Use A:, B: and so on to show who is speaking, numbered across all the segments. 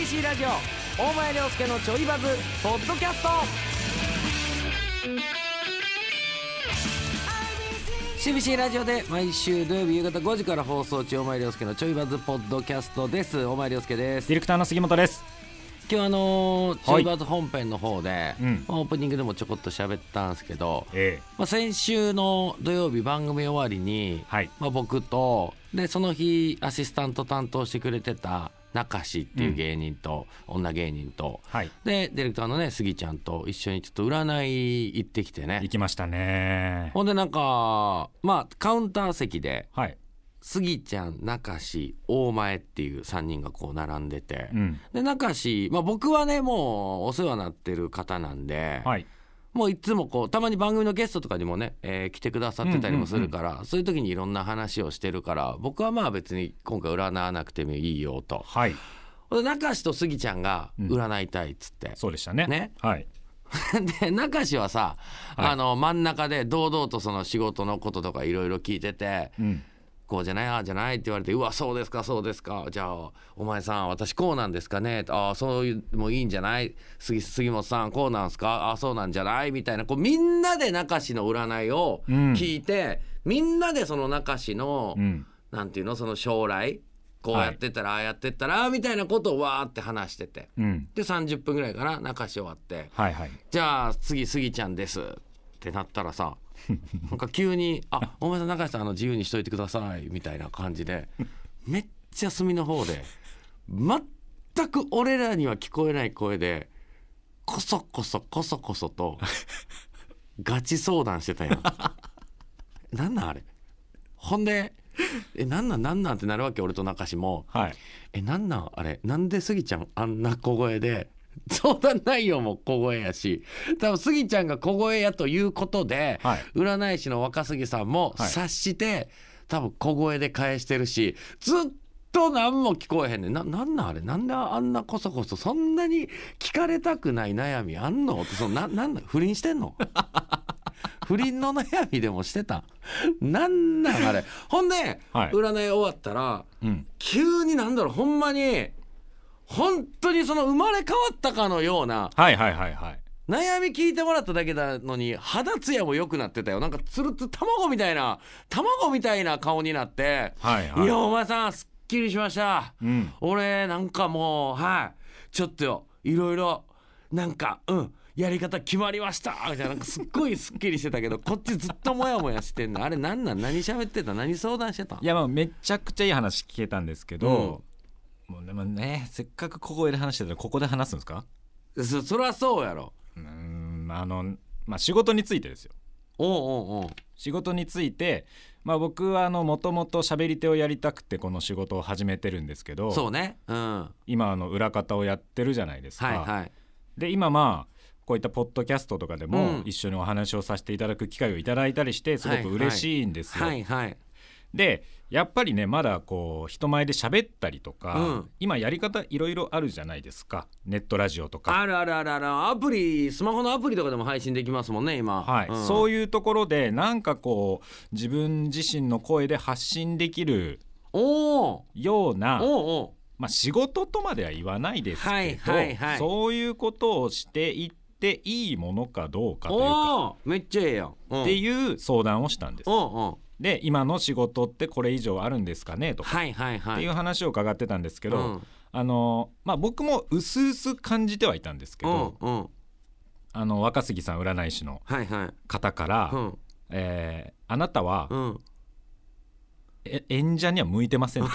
A: CBC ラジオ大前涼介のちょいバズポッドキャスト。 CBC ラジオで毎週土曜日夕方5時から放送中、大前涼介のちょいバズポッドキャストです。大前涼介です。
B: ディレクターの杉本です。
A: 今日ちょいバズ本編の方で、オープニングでもちょこっと喋ったんですけど、先週の土曜日番組終わりに、僕とでその日アシスタント担当してくれてた中志っていう芸人と、女芸人と、でディレクターのね杉ちゃんと一緒にちょっと占い行ってきてね。
B: 行きましたね。
A: ほんでなんかカウンター席で、杉ちゃん、中志、大前っていう3人がこう並んでて、で中志、僕はねもうお世話になってる方なんで、もういつもこうたまに番組のゲストとかにもね、来てくださってたりもするから、そういう時にいろんな話をしてるから、僕は別に今回占わなくてもいいよと、中志と杉ちゃんが占いたいっつって、
B: そうでしたね。
A: で中志はさ、真ん中で堂々とその仕事のこととかいろいろ聞いてて、こうじゃないああじゃないって言われて、うわそうですかそうですか、じゃあお前さん私こうなんですかね、ああそういうもういいんじゃない、杉本さんこうなんすか、ああそうなんじゃないみたいな、こうみんなで中志の占いを聞いて、みんなでその中志の、なんていうの、その将来こうやってったら、ああやってったらみたいなことをわーって話してて、で30分ぐらいかな中志終わって、じゃあ次杉ちゃんですってなったらさなんか急にお前さん中志さん自由にしといてくださいみたいな感じでめっちゃ隅の方で全く俺らには聞こえない声でこそこそとガチ相談してたやんなんなんあれ。ほんでなんなんってなるわけ、俺と中志も、なんなんあれ、なんで杉ちゃんあんな小声で、相談内容も小声やし、多分杉ちゃんが小声やということで、占い師の若杉さんも察して、多分小声で返してるし、ずっと何も聞こえへんねん。なんなんあれ、なんであんなこそこそそんなに聞かれたくない悩みあんのって、なん不倫してんの不倫の悩みでもしてたなんなんあれ。ほんで、占い終わったら、急になんだろう、ほんまに本当にその生まれ変わったかのような、悩み聞いてもらっただけなのに肌ツヤも良くなってたよ。なんかつるつる卵みたいな顔になって、いやお前さんすっきりしました、俺なんかもうちょっとよいろいろなんかやり方決まりましたみたいな、なんかすっごいすっきりしてたけどこっちずっとモヤモヤしてんの。あれ何喋ってた、何相談してた。
B: いやめちゃくちゃいい話聞けたんですけど、もうでもね、せっかく小声で話してたらここで話すんですか。
A: そりゃそうやろ。
B: 仕事についてですよ。仕事について、僕はもともと喋り手をやりたくてこの仕事を始めてるんですけど、
A: そうね、
B: 今裏方をやってるじゃないですか、で今こういったポッドキャストとかでも一緒にお話をさせていただく機会をいただいたりしてすごく嬉しいんですよ。でやっぱりね、まだこう人前で喋ったりとか、今やり方いろいろあるじゃないですか。ネットラジオとか
A: あるアプリ、スマホのアプリとかでも配信できますもんね今、
B: そういうところでなんかこう自分自身の声で発信できるような仕事とまでは言わないですけど、そういうことをしていっていいものかどうかというか、
A: めっちゃええやん、
B: っていう相談をしたんです。で今の仕事ってこれ以上あるんですかねとか、っていう話を伺ってたんですけど、僕も薄々感じてはいたんですけど、若杉さん占い師の方から、あなたは、演者には向いてません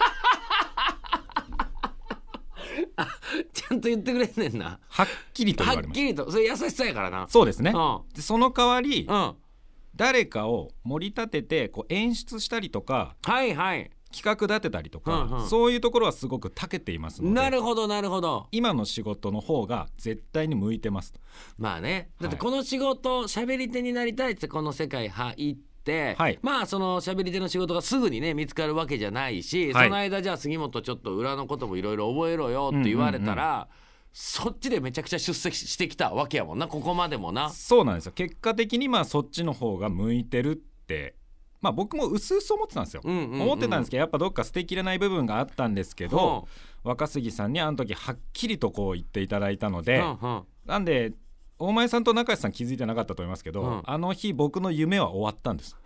A: ちゃんと言ってくれんねんな。
B: はっきりと言われました。
A: はっきりと、それ優しさやからな。
B: そうですね、でその代わり、誰かを盛り立ててこう演出したりとか、企画立てたりとか、そういうところはすごく長けていますので、
A: なるほど
B: 今の仕事の方が絶対に向いてますと。
A: だってこの仕事、喋り手になりたいってこの世界入って、その喋り手の仕事がすぐにね見つかるわけじゃないし、その間じゃあ杉本ちょっと裏のこともいろいろ覚えろよって言われたら、そっちでめちゃくちゃ出席してきたわけやもんな、ここまでもな。
B: そうなんですよ。結果的にそっちの方が向いてるってまあ僕も薄々思ってたんですよ、思ってたんですけどやっぱどっか捨てきれない部分があったんですけど、若杉さんにあの時はっきりとこう言っていただいたので、なんで大前さんと中西さん気づいてなかったと思いますけど、あの日僕の夢は終わったんです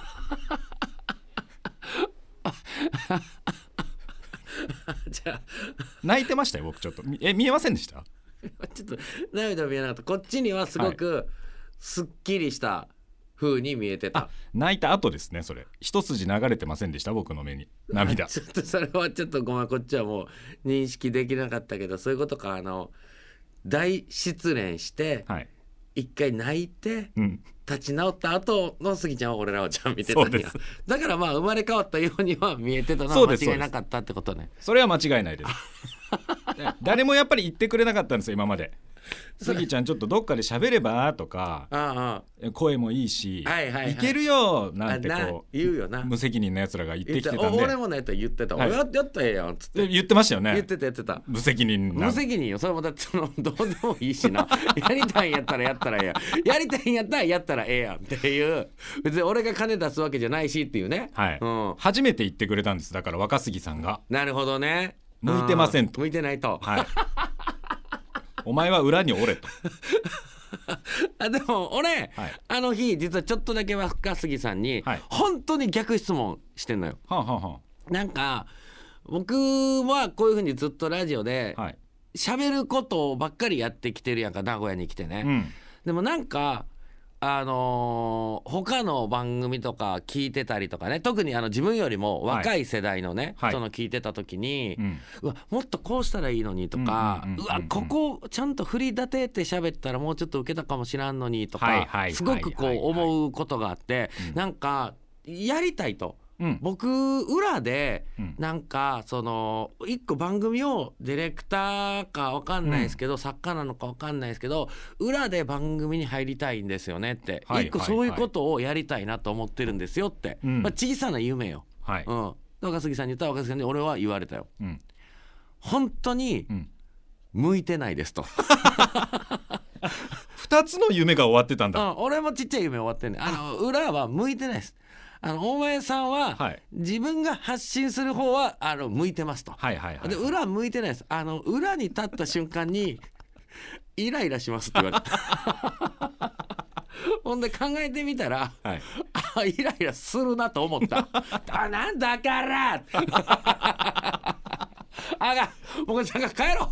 A: じゃあ
B: 泣いてましたよ僕ちょっと見えませんでした？
A: ちょっと涙見えなかった。こっちにはすごくすっきりした風に見えてた、
B: 泣いた後ですね。それ一筋流れてませんでした？僕の目に涙
A: ちょっとそれはちょっとごめん、こっちはもう認識できなかったけど、そういうことか。大失恋して、一回泣いて、立ち直った後の杉ちゃんは俺らをちゃん見てたんや。だからまあ生まれ変わったようには見えてたのは間違いなかったってことね。
B: それは間違いないです誰もやっぱり言ってくれなかったんですよ今まで。杉ちゃんちょっとどっかで喋ればとか、声もいいし、いけるよなんてこう
A: 言うよな、
B: 無責任なやつらが言ってきてたんで。
A: 俺もねと言ってた、やったらええやんっつって
B: 言ってましたよね。
A: 言ってた
B: 無責任
A: よ。それもだってどうでもいいしなやりたいんやったらやったらええやん、やりたいんやったらやったらええやんっていう、別に俺が金出すわけじゃないしっていうね、
B: 初めて言ってくれたんです。だから若杉さんが
A: なるほどね、
B: 向いてませんと、
A: 向いてないと、
B: お前は裏におれと
A: でも俺、あの日実はちょっとだけ若杉さんに、本当に逆質問してんのよ。なんか僕はこういう風にずっとラジオで喋ることばっかりやってきてるやんか、名古屋に来てね、でもなんか他の番組とか聞いてたりとかね、特に自分よりも若い世代のね、人の聞いてた時に、うわもっとこうしたらいいのにとか、うわここちゃんと振り立てて喋ったらもうちょっと受けたかもしらんのにとか、すごくこう思うことがあって、なんかやりたいと。僕裏でなんか一個番組をディレクターか分かんないですけど、作家なのか分かんないですけど裏で番組に入りたいんですよねって、一個そういうことをやりたいなと思ってるんですよって、小さな夢よ、若杉さんに言ったら若杉さんに俺は言われたよ、本当に向いてないですと
B: 2つの夢が終わってたんだ。
A: 俺もちっちゃい夢終わってんね。裏は向いてないです。大前さんは、自分が発信する方は向いてますと、で裏は向いてないです。裏に立った瞬間にイライラしますって言われたほんで考えてみたら、イライラするなと思ったなんだから僕さんが帰ろ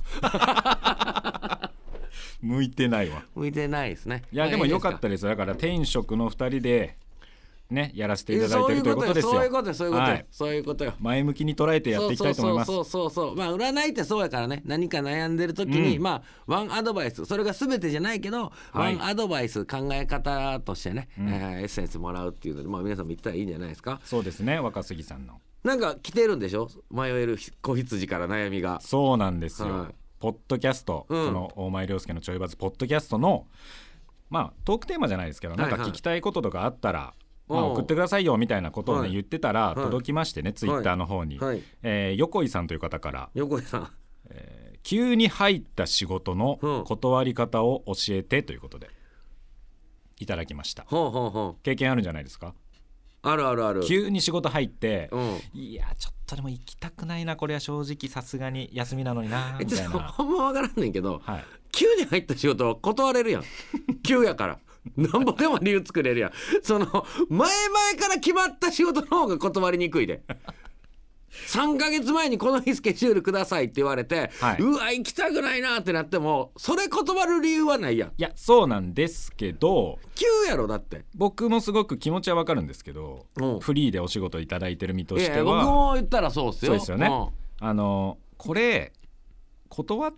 B: う向いてないわ。
A: 向いてないですね。
B: いやでも良かったです。だから天職の2人でね、やらせていただいてるということですよ。
A: そういうことよ。
B: 前向きに捉えてやっていきたいと思います。
A: まあ占いってそうやからね、何か悩んでる時に、まあワンアドバイス、それが全てじゃないけど、ワンアドバイス、考え方としてね、エッセンスもらうっていうので、皆さんも言ったらいいんじゃないですか。
B: そうですね、若杉さんの
A: なんか来てるんでしょ、迷える子羊から悩みが。
B: そうなんですよ、ポッドキャスト、この大前涼介のちょいバズポッドキャストのトークテーマじゃなんか聞きたいこととかあったら、送ってくださいよみたいなことを言ってたら届きましてね、ツイッターの方に、横井さんという方から、
A: 横井さん、
B: 急に入った仕事の断り方を教えてということでいただきました。経験あるんじゃないですか？
A: ある。
B: 急に仕事入って、いやちょっとでも行きたくないな、これは正直さすがに休みなのになみたいな。
A: ほんま分からんねんけど、急に入った仕事は断れるやん急やからなんぼでも理由作れるやん。前々から決まった仕事の方が断りにくいで3ヶ月前にこの日スケジュールくださいって言われて、うわ行きたくないなってなってもそれ断る理由はないやん。
B: いやそうなんですけど、
A: 急やろ。だって
B: 僕もすごく気持ちは分かるんですけど、フリーでお仕事いただいてる身としては、
A: 僕も言ったらそうですよ。
B: そうですよね。これ断って、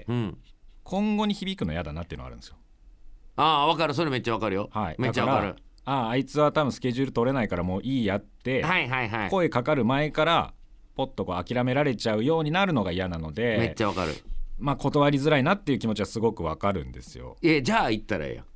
B: 今後に響くの嫌だなっていうのがあるんですよ。
A: 分かる。それめっちゃ分かるよ、めっちゃ分かる。
B: あいつは多分スケジュール取れないからもういいやって、声かかる前からポッとこう諦められちゃうようになるのが嫌なので、
A: めっちゃ分かる。
B: 断りづらいなっていう気持ちはすごく分かるんですよ。
A: じゃあ言ったらええやん。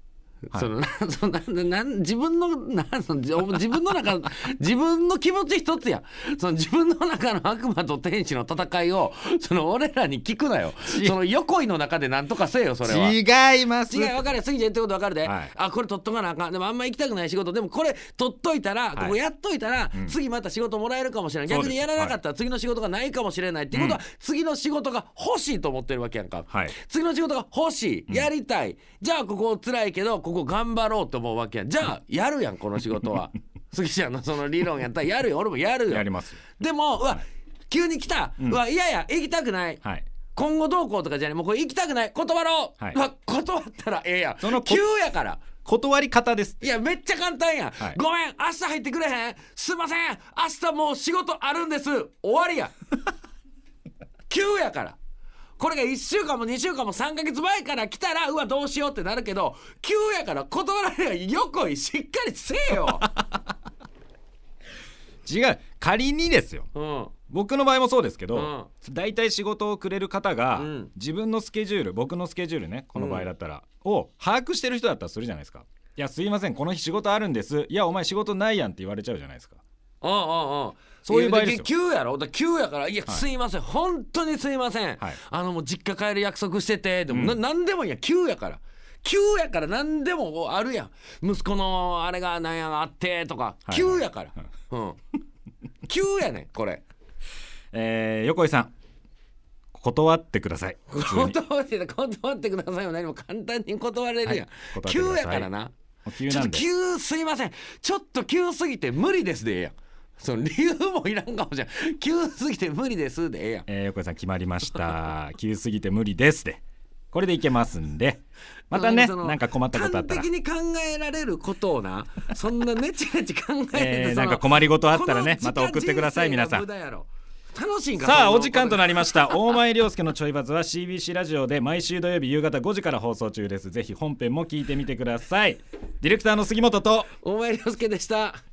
A: その自分の中自分の気持ち一つや。その自分の中の悪魔と天使の戦いをその俺らに聞くなよ。その横井の中でなんとかせえよ。それは
B: 違います。
A: 違う、分かるよ。杉ちゃん言ってること分かるで、はい、あこれ取っとかなあかん。でもあんま行きたくない仕事でもこれ取っといたら、ここやっといたら、次また仕事もらえるかもしれない。逆にやらなかったら次の仕事がないかもしれないっていうことは、次の仕事が欲しいと思ってるわけやんか、次の仕事が欲しい、やりたい、じゃあここ辛いけどここ頑張ろうと思うわけやん。じゃあやるやんこの仕事は。杉ちゃんのその理論やったらやるよ。俺もやるよ。
B: やります。
A: でもうわ急に来た、うわいやいや行きたくない、今後どうこうとかじゃね、もうこれ行きたくない、断ろう、断ったらええやん。その急やから
B: 断り方です。
A: いやめっちゃ簡単やん、ごめん明日入ってくれへん、すいません明日もう仕事あるんです、終わりや。急やから。これが1週間も2週間も3ヶ月前から来たらうわどうしようってなるけど、急やから断られるやん。横井しっかりせえよ。
B: 違う、仮にですよ、僕の場合もそうですけど、だいたい仕事をくれる方が、自分のスケジュール、僕のスケジュールね、この場合だったら、を把握してる人だったらするじゃないですか。いやすいませんこの日仕事あるんです、いやお前仕事ないやんって言われちゃうじゃないですか。そういう場合ですよ。
A: 急やろ。急やからいや、すいません本当にすいません、もう実家帰る約束してて、でも、何でもいいや、急やから何でもあるやん。息子のあれがなんやあってとか、急やから、急やねんこれ。
B: 横井さん断ってください。
A: 断ってくださいよ。何も簡単に断れるやん、急やからな。ちょっと急すいませんちょっと急すぎて無理ですでええやん。その理由もいらんかもしれん。急すぎて無理ですでええやん。
B: 横井さん決まりました。急すぎて無理ですでこれでいけますんで、またねなんか困ったことあったら
A: 端的に考えられることをな、そんなネチネチ考えて、
B: なんか困りごとあったらねまた送ってください皆さん。
A: 楽しいんか。
B: さあお時間となりました。大前涼介のちょいバズは CBC ラジオで毎週土曜日夕方5時から放送中です。ぜひ本編も聞いてみてください。ディレクターの杉本と
A: 大前涼介でした。